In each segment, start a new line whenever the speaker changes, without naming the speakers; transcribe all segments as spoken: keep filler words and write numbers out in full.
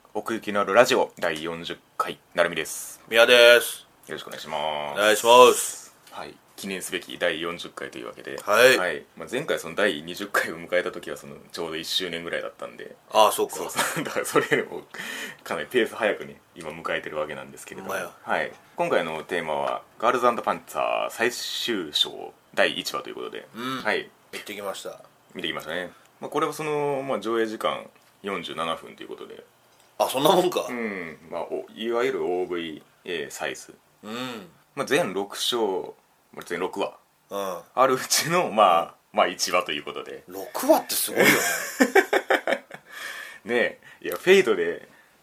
奥行きのあるラジオだいよんじゅっかいなるみです。
宮です。
よろしくお願いします。
お願いします。
はい、記念すべきだいよんじゅっかいというわけで、
はい、
はい、まあ、前回そのだいにじゅっかいを迎えた時はそのちょうどいっしゅうねんぐらいだったんで、
ああそうか、
そうそうだからそれよりもかなりペース早くね今迎えてるわけなんですけれども、はい、今回のテーマはガールズ&パンツァー最終章だいいちわということで、
うん、
はい
見てきました。
見てきましたね。まあ、これはその、まあ、上映時間よんじゅうななふんということで、
あ、そんなもんか。
うん、まあ、おいわゆる オーブイエー サイズ、
うん、
まあ、全ろく章、全ろくわ、
うん、
あるうちの、まあ、まあいちわということで、
ろくわってすごいよね。
ねえ、いやフェイトで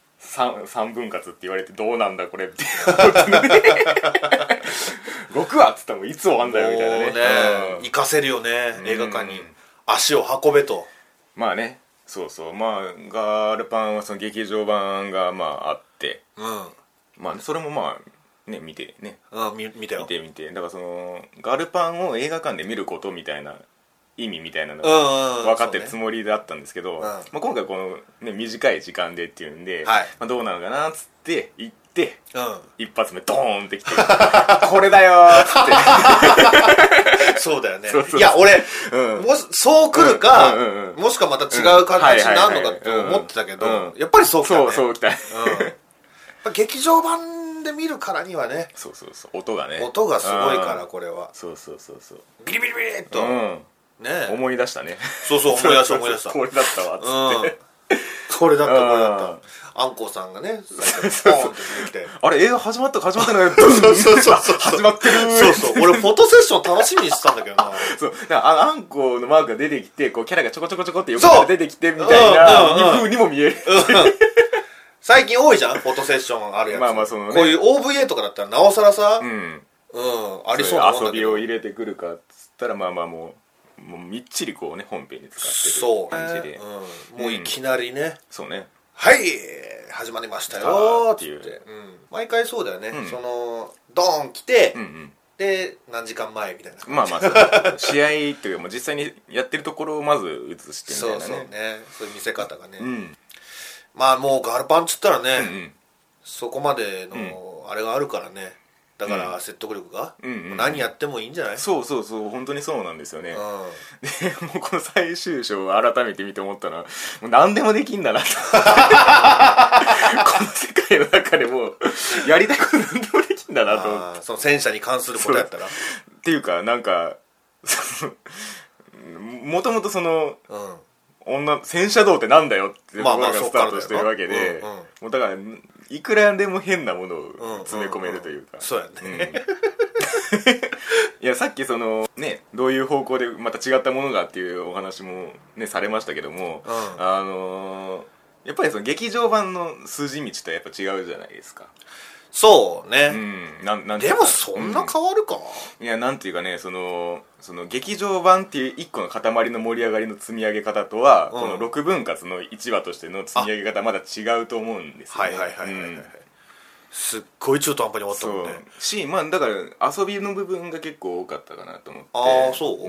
3, 3分割って言われてどうなんだこれって思ってのでろくわっつったらもういつ終わんだよみたいなね、
もうね、
うん、
行かせるよね、映画館に足を運べと。
まあね、そうそう、まあガールパンはその劇場版がまああって、
うん、
まあそれもまあね見てね、
うん、見, 見たよ
見てみて、だからそのガールパンを映画館で見ることみたいな意味みたいなのが分かってるつもりだったんですけど、
ね、うん、
まあ、今回この、ね、短い時間でっていうんで、
はい、
まあ、どうなのかなっつって行って、
うん、
一発目ドーンってきてこれだよーっつ
ってそうだよね。そうそうそう、いや俺、うん、もしそう来るか、うんうんうん、もしかまた違う形になるのかって思ってたけど、うん、やっぱりそう来たね。
そうそう来た、
うん、劇場版で見るからにはね、
そうそうそう、音がね、
音がすごいからこれは、
そうそうそうそう、
ビリビリビリっと、
うん
ね、
思い出したね。
そうそう、思い出した思い出した
これだったわっつって、
うん、これだったこれだった。あんこさんがね最初ポーンって出てきて
あれ映画始まったか始まってない
そうそうそうそう
始まってる。
そうそう、俺フォトセッション楽しみにしてたんだけどな。
そうだからああんこのマークが出てきてこうキャラがちょこちょこちょこって横から出てきてみたいな風にも見える、うん、
最近多いじゃんフォトセッションあるやつ。
まあまあその、ね、
こういう オーブイエー とかだったらなおさらさ、うん、うん、ありそうなもんだけど、
遊びを入れてくるかっつったらまあまあもうもうみっちりこうね本編に使ってる感じで、
うん、もういきなりね、うん、
そうね、
はい始まりましたよって言って、うん、毎回そうだよね、うん、そのドーン来て、うんうん、で何時間前みたいな、
まあまあそう試合っていうかもう実際にやってるところをまず映してみたいなね、
そうそうね、そういう見せ方がね、うん、まあもうガールパンっつったらね、うんうん、そこまでのあれがあるからね、だから説得力が、うんうんうん、何やってもいいんじゃない？そう
そうそう、本当にそうなんですよね、うん、でもうこの最終章を改めて見て思ったのはもう何でもできんだなとこの世界の中でもやりたいこと何でもできんだなと思って、
その戦車に関することやったら
っていうかなんかもともとその、うん、女戦車道ってなんだよっていうところがスタートしてるわけで、まあまあ、もうだからいくらでも変なものを詰め込めるというか、
そうやね、うん、
いやさっきそのねどういう方向でまた違ったものがっていうお話もねされましたけども、うん、あのー、やっぱりその劇場版の筋道とやっぱ違うじゃないですか。
そうね、
うん、なんなんていうか
でもそんな変わるか、
うん、いやなんていうかね、そのその劇場版っていう一個の塊の盛り上がりの積み上げ方とは、うん、このろくぶん割のいちわとしての積み上げ方まだ違うと思うんですよね。
はいはいはいはい、はい、うん、すっごい中途半端に終わったもんね。
し、まあだから遊びの部分が結構多かったかなと思って。
ああそう、
うん、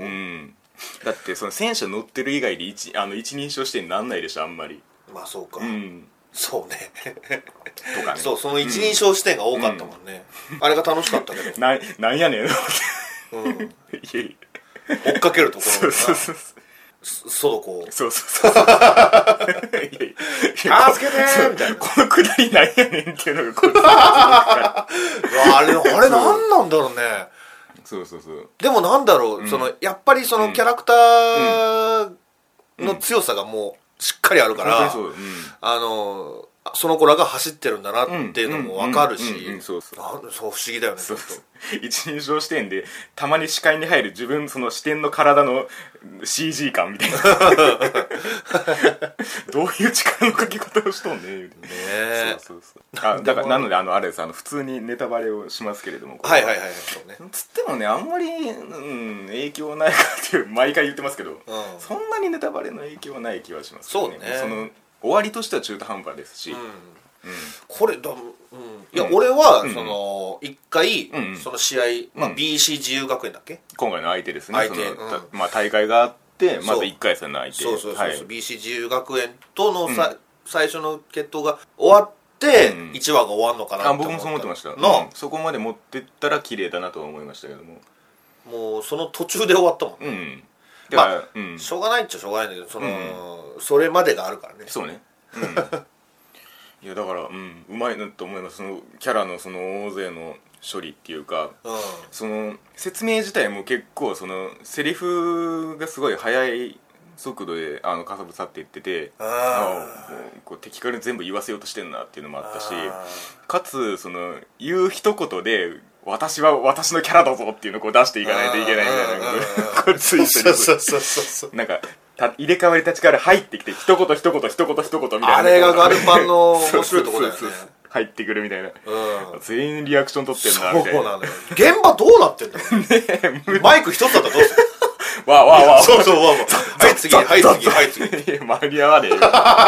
だってその戦車乗ってる以外で 一, あの一人称視点になんないでしょあんまり。
まあそうか、
うん、
そうね
とかね、
そう、その一人称視点が多かったもんね、うん、あれが楽しかったけど
な, なんやねん、うん、
追っかけるところがそうそうそうソドコ
そうそうそう助け
てーみたいな、
このくだりなんやねんっていうのがこう
あれあれ何なんだろうね。
そうそうそう、
でもなんだろう、うん、そのやっぱりそのキャラクターの強さがもうしっかりあるから、うんうん、あのその子らが走ってるんだなっていうのも分かるし、そう不思議だよね。
そうそう一人称視点でたまに視界に入る自分その視点の体の シージー 感みたいなどういう力のかけ方をしとんねんねえ、そうそうそう、あだからなのであのあれですあの普通にネタバレをしますけれども、
はいはいはい、そうね、
つってもねあんまり、うん、影響ないかっていう毎回言ってますけど、うん、そんなにネタバレの影響はない気はしますね。
そうね、
その終わりとしては中途半端ですし、うんうん、
これだ、うん、いや、うん、俺は、うん、その一回、うん、その試合、まあ、ビーシー 自由学園だっけ、
今回の相手ですね、
相手、
その、うん、まあ、大会があってまずいっかい戦の相手、
そうそうそうそう、はい、ビーシー 自由学園とのさ、 最初の決闘が終わっていちわが終わるのかなって
思った、あ僕もそう思ってましたの、うん、そこまで持ってったら綺麗だなとは思いましたけども、
もうその途中で終わったもんね、うん、まあ、うん、しょうがないっちゃしょうがないんだけどその、うん、それまでがあるからね。
そうね、うん、いやだから、うん、うまいなと思います。そのキャラのその大勢の処理っていうか、うん、その説明自体も結構そのセリフがすごい速い速度であのかさぶさっていってて、ああもうこう敵から全部言わせようとしてんなっていうのもあったし、かつその言う一言で私は私のキャラだぞっていうのをこう出していかないといけないみたいなこうついてる
そうそうそうそう
なんかた入れ替わり立ちから入ってきて一言一言一言一言みたいな、
あれがガルパンの面白いところだよね。そうそうそう
入ってくるみたいな、うん、全員リアクション取ってんなみたいな。
そうなのよ。現場どうなってんだろうねマイク一つだったらどうする
わあわあわあ
そうそうわあわあはい次はい次はい次
間に合わねえよ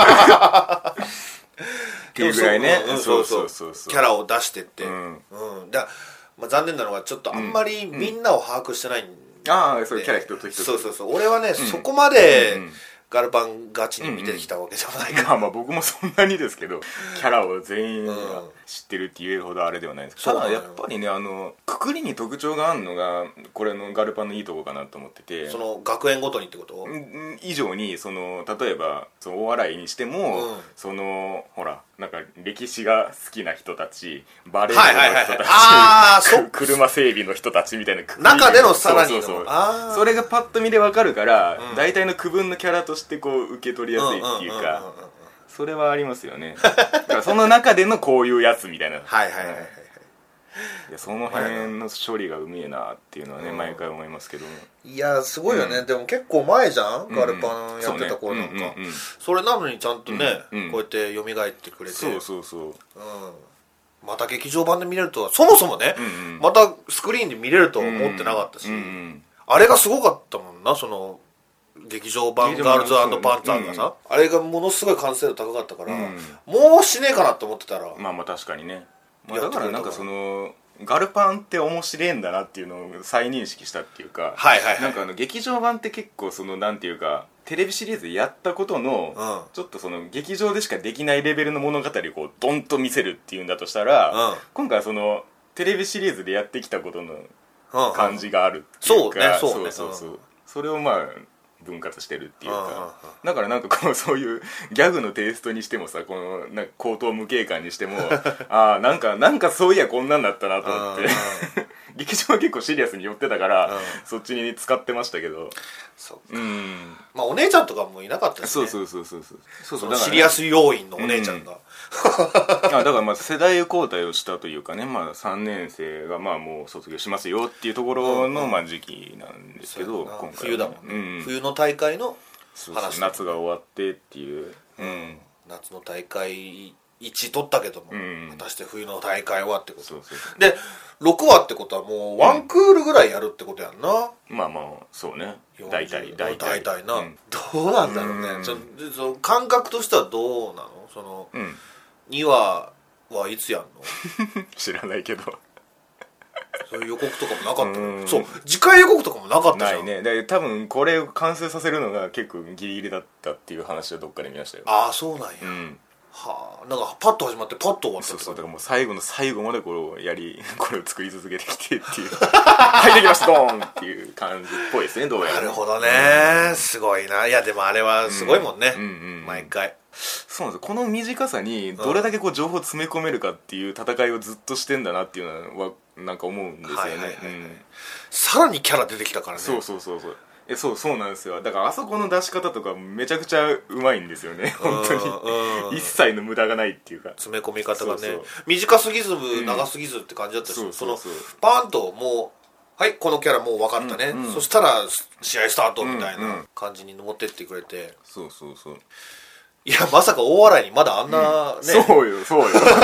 っていうぐらいね、
そうそうそうキャラを出してって、うんうん、だまあ、残念なのがちょっとあんまりみんなを把握してないんで、
うん、ああそうキャラ一つ一つ
そうそうそう俺はね、うん、そこまで、うんうんガルパンガチに見てきたわけじゃないから、
まあまあ僕もそんなにですけどキャラを全員が知ってるって言えるほどあれではないですけど、ただやっぱりねあのくくりに特徴があるのがこれのガルパンのいいとこかなと思ってて、
その学園ごとにってこと
以上にその例えばそのお笑いにしても、うん、そのほらなんか歴史が好きな人たちバレー部の人たち、
あー
車整備の人たちみたいな
中でのさらにの
そうそうそうあそれがパッと見で分かるから、うん、大体の区分のキャラとしてこう受け取りやすいっていうかそれはありますよねだからその中でのこういうやつみたいな
はいはいはいはい、
いやその辺の処理がうめえなっていうのはね、うん、毎回思いますけど
いやすごいよね、うん、でも結構前じゃん、うん、ガルパンやってた頃なんか、うんうんうんうん、それなのにちゃんとね、うんうん、こうやって蘇ってくれて
そうそうそう、うん、
また劇場版で見れるとはそもそもね、うんうん、またスクリーンで見れるとは思ってなかったし、うんうん、あれがすごかったもんなその劇場版ガールズ&パンツァーがさ、うん、あれがものすごい完成度高かったから、うん、もうしねえかなと思ってたら
まあまあ確かにね、まあ、だからなんかそのガルパンって面白いんだなっていうのを再認識したっていうか、
はいはいはい、
なんかあの劇場版って結構そのなんていうかテレビシリーズでやったことの、うん、ちょっとその劇場でしかできないレベルの物語をこうドンと見せるっていうんだとしたら、うん、今回はそのテレビシリーズでやってきたことの感じがあるっていうか、
そうねそうね
そうそうそう、うん、それをまあ分割してるっていうか、だからなんかこのそういうギャグのテイストにしてもさこのなんか口頭無警官にしてもああなんかなんかそういやこんなんだったなと思って劇場は結構シリアスに寄ってたからそっちに使ってましたけど、
そうか、うん、まあお姉ちゃんとかもいなかったですね。
そうそうそうそうそう
そう、シリアス要員のお姉ちゃんが、うん
あだからまあ世代交代をしたというかね、まあ、さんねん生がまあもう卒業しますよっていうところのまあ時期なんですけど、
うんうん、今回冬だもんね、うん、冬の大会の話、そうそう
夏が終わってっていう、
うん、夏の大会いち取ったけども、うん、果たして冬の大会はってことそうそうそうでろくわってことはもうワンクールぐらいやるってことやんな、
うん、まあまあそうね大体大体
大体な、うん、どうなんだろうね、うん、その感覚としてはどうなのその、うんにわはいつやんの
知らないけど
そういう予告とかもなかったのそう次回予告とかもなかったじゃん
ないねで多分これを完成させるのが結構ギリギリだったっていう話はどっかで見ましたよ。
ああそうなんや、うん、はあなんかパッと始まってパッと終わったって
そうそうだからもう最後の最後までこれをやりこれを作り続けてきてっていうはいできましたドーンっていう感じっぽいですねどうやら。
なるほどね、うん、すごいないやでもあれはすごいもんね、うんうんうん、毎回
そうなんです。この短さにどれだけこう情報を詰め込めるかっていう戦いをずっとしてんだなっていうのはなんか思うんですよね、はいはいはいはい、うん、
さらにキャラ出てきたからね。
そうそうそうそうえそうそうなんですよ。だからあそこの出し方とかめちゃくちゃうまいんですよね本当に一切の無駄がないっていうか
詰め込み方がねそうそう短すぎず長すぎずって感じだったし、うん、そのパーンともうはいこのキャラもう分かったね、うんうん、そしたら試合スタートみたいな感じに持ってってくれて、うんうん、
そうそうそう
いやまさか大笑いにまだあんな、
うん、ねそうよそうよ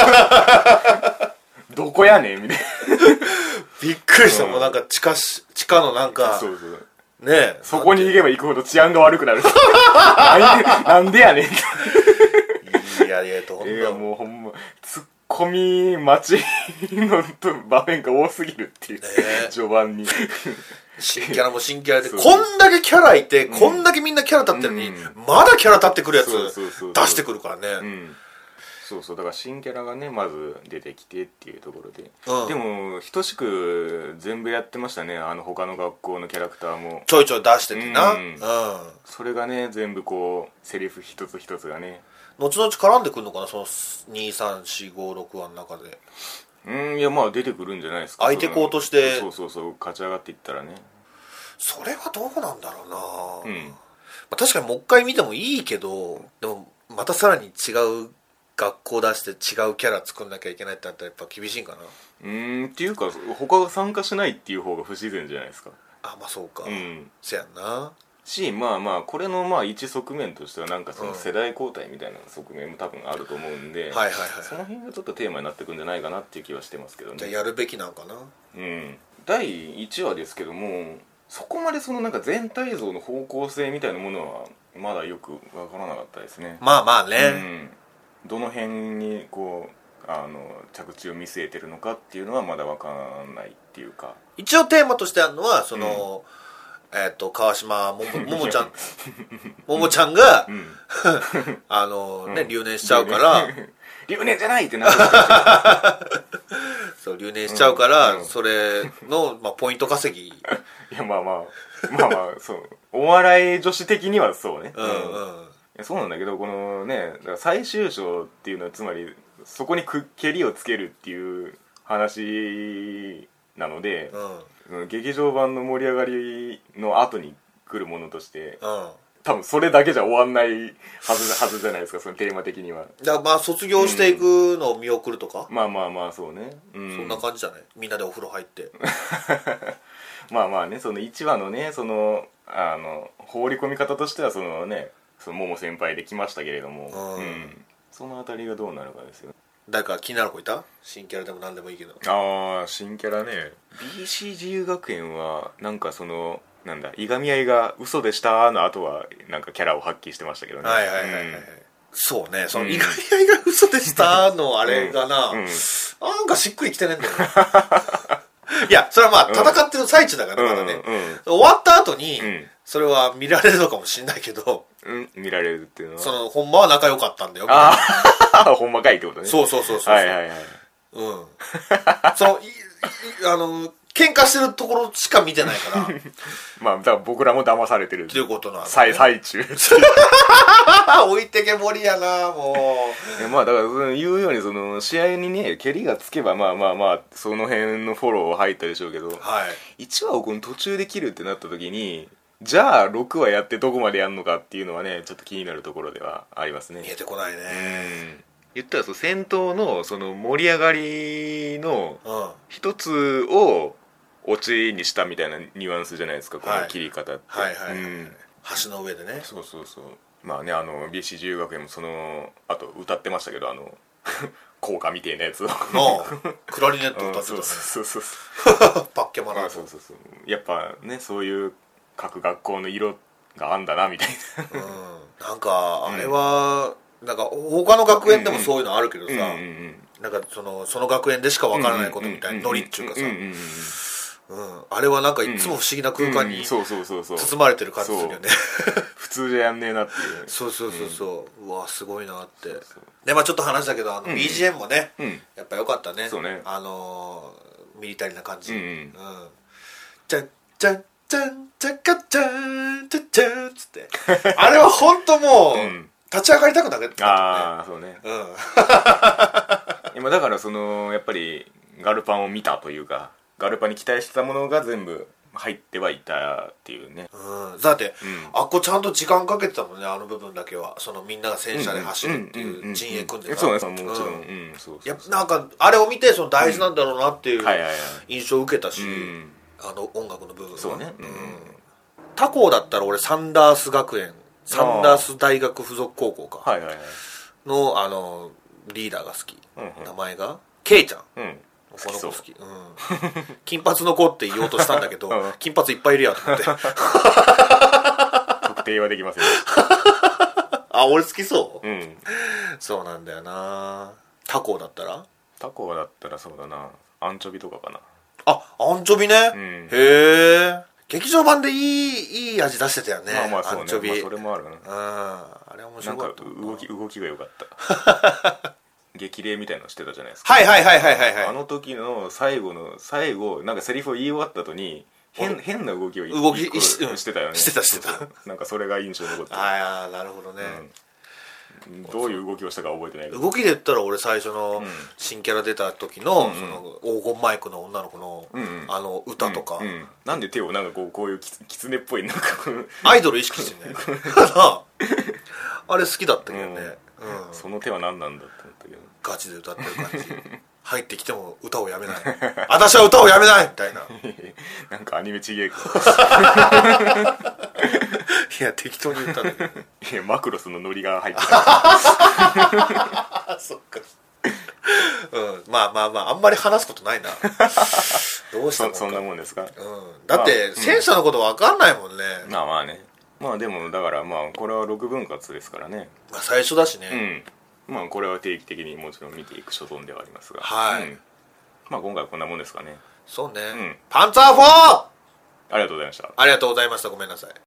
どこやねんみたいな
びっくりした、うん、もうなんか地下地下のなんか
そうそう
ねえ
そこに行けば行くほど治安が悪くなるなんでなんでやねん
いやいやと
いやもうほんまツッコミ待ちの場面が多すぎるっていう、ね、序盤に
新キャラも新キャラでこんだけキャラいて、うん、こんだけみんなキャラ立ってるのに、うん、まだキャラ立ってくるやつ出してくるからね。
うん、そうそう、だから新キャラがねまず出てきてっていうところで、うん、でも等しく全部やってましたね、あの他の学校のキャラクターも
ちょいちょい出しててな、うんうん、
それがね全部こうセリフ一つ一つがね
後々絡んでくるのかな、そのにさんしごろくわの中で。
うん、いやまあ出てくるんじゃないですか、
相手校として。
そうそうそう、勝ち上がっていったらね。
それはどうなんだろうな、うん、まあ、確かにもう一回見てもいいけど、でもまたさらに違う学校出して違うキャラ作んなきゃいけないってなったらやっぱ厳しいんかな。
うーんっていうか他が参加しないっていう方が不自然じゃないですか。
あ、まあそうか、
うん、
せやんな
し、まあまあこれのまあ一側面としてはなんかその世代交代みたいな側面も多分あると思うんで、うん、はいはいはい、その辺がちょっとテーマになってくんじゃないかなっていう気はしてますけどね。
じゃあやるべきなんかな。
うん、だいいちわですけども、そこまでそのなんか全体像の方向性みたいなものはまだよくわからなかったですね。
まあまあね、
うん、どの辺にこうあの着地を見据えてるのかっていうのはまだわからないっていうか、
一応テーマとしてあるのはその、うん、えっ、ー、と川島ももももちゃんももちゃんが、うん、あのね、うん、留年しちゃうから
留年じゃないってなる
そう留年しちゃうから、うん、それの、まあ、ポイント稼ぎ。い
やまあまあまあまあそうお笑い女子的にはそうね、
うんうん
うん、そうなんだけど、このねだから最終章っていうのはつまりそこにくけりをつけるっていう話なので、うん、劇場版の盛り上がりの後に来るものとして、うん、多分それだけじゃ終わんないはずはずじゃないですか、そのテーマ的には。
だからまあ卒業していくのを見送るとか、
うん、まあまあまあそうね、
うん、そんな感じじゃない、みんなでお風呂入って
まあまあね、そのいちわのねそのあの放り込み方としてはそのねその桃先輩できましたけれども、うんうん、そのあたりがどうなるかですよ。
誰か気になる子いた？新キャラでも何でもいいけど。
ああ新キャラね、 ビーシー 自由学園はなんかそのなんだいがみ合いが嘘でしたの後はなんかキャラを発揮してましたけどね。
はいはいはいはい、うん、そうね、そのいがみ合いが嘘でしたのあれがな、うんうん、なんかしっくりきてねえんだよねいやそれはまあ戦ってる最中だからね、まだね、うんうん、終わった後にそれは見られるのかもしれないけど、
うん、見られるっていうのは
そのほんまは仲良かったんだよ。
ああほんまかいってことね。
そうそうそうそう、
はいはいはい、
うんそのいいあの喧嘩してるところしか見てないから
まあだから僕らも騙されてる
っていうことなんだ、ね、
最, 最中
置いてけぼりやなも
う。いやまあだからその言うようにその試合にね蹴りがつけばまあまあまあその辺のフォロー入ったでしょうけど、
はい、
いちわをこの途中で切るってなった時にじゃあろくわやってどこまでやるのかっていうのはねちょっと気になるところではありますね。
見えてこないね。
うん言ったらその戦闘のその盛り上がりの一つをオチにしたみたいなニュアンスじゃないですか、この切り方って。
はいはいはい、はい、うん、橋の上でね。
そうそうそう。まあね、あの ビーシー 自由学園もそのあと歌ってましたけど、あの効果みたいなやつを
クラリネット歌ってたね。
そうそうそうそう
パッケマラー。
そうそうそう。やっぱねそういう各学校の色があんだなみたいな。うん。
なんかあれは、うん、なんか他の学園でもそういうのあるけどさ、うんうんうん、なんかそのその学園でしかわからないことみたいなノリっちゅうかさ。うん、あれはなんかいつも不思議な空間に包まれてる感じするよね。
普通じゃやんねえなっていう。
そうそうそうそう、うん、うわすごいなって。そうそうでまあちょっと話したけどあの ビージーエム もね、うん、やっぱ良かったね。
そうね、
あのー、ミリタリーな感じ。うん、うん、じゃんじゃんじゃんじゃかじゃんじゃじゃんつってあれは本当もう、うん、立ち上がりたくなかった、ね、
ああそうね、うん、今だからそのやっぱりガルパンを見たというかガルパに期待してたものが全部入ってはいたっていうね。
うん、だって、うん、あっこちゃんと時間かけてたもんね、あの部分だけは。そのみんなが戦車で走るっていう陣営組んでた。
そうです、もちろん。うん、そうそうそう。
いやなんかあれを見てその大事なんだろうなっていう印象を受けたし、うん、あの音楽の部分は。
そうね。うん、
他校だったら俺サンダース学園、サンダース大学附属高校か。
はいはいはい。
のあのリーダーが好き。うんうん、名前がケイちゃん。うん。この子好き、うん、金髪の子って言おうとしたんだけど、うん、金髪いっぱいいるやと思って特
定はできません
あ、俺好きそう、
うん、
そうなんだよな。他校だったら
他校だったらそうだな、アンチョビとかかな。
あ、アンチョビね、うん、へえ。 劇場版でいいいい味出してたよね。
まあまあそうね、
アンチョビ、
まあ、それもあるな。
うんあれ面白かった。
なんか動き動きが良かった激励みたいなのしてたじゃないですか。
はいはいはいはいはい、はい、
あの時の最後の最後なんかセリフを言い終わった後に変変な動きを
動き
してたよね。
してたしてた
なんかそれが印象に残ってる。
ああなるほどね、
うん、どういう動きをしたか覚えてないけど、
動きで言ったら俺最初の新キャラ出た時の、うん、その黄金マイクの女の子の、うんうん、あの歌とか、
うんうん、なんで手をなんかこうこういうキツ、キツネっぽいなんか
アイドル意識してねあれ好きだったけどね、うんうん、
その手は何なんだって思ったけど、
ガチで歌ってる感じ入ってきても歌をやめない私は歌をやめないみたいな
なんかアニメちげえか
いや適当に言ったんだけど
いやマクロスのノリが入ってた
そっかうん、まあまあまああんまり話すことないなどうしたもんか
そ, そんなもんですか、うん、
だって、まあ、戦車のこと分かんないもんね、
うん、まあまあね、まあでもだからまあこれはろくぶん割ですからね、
まあ、最初だしね、
うん、まあこれは定期的にもちろん見ていく所存ではありますが、
はい、
うん、まあ今回はこんなもんですかね。
そうね、
うん、
パンツァーフォー
ありがとうございました。
ありがとうございました。ごめんなさい。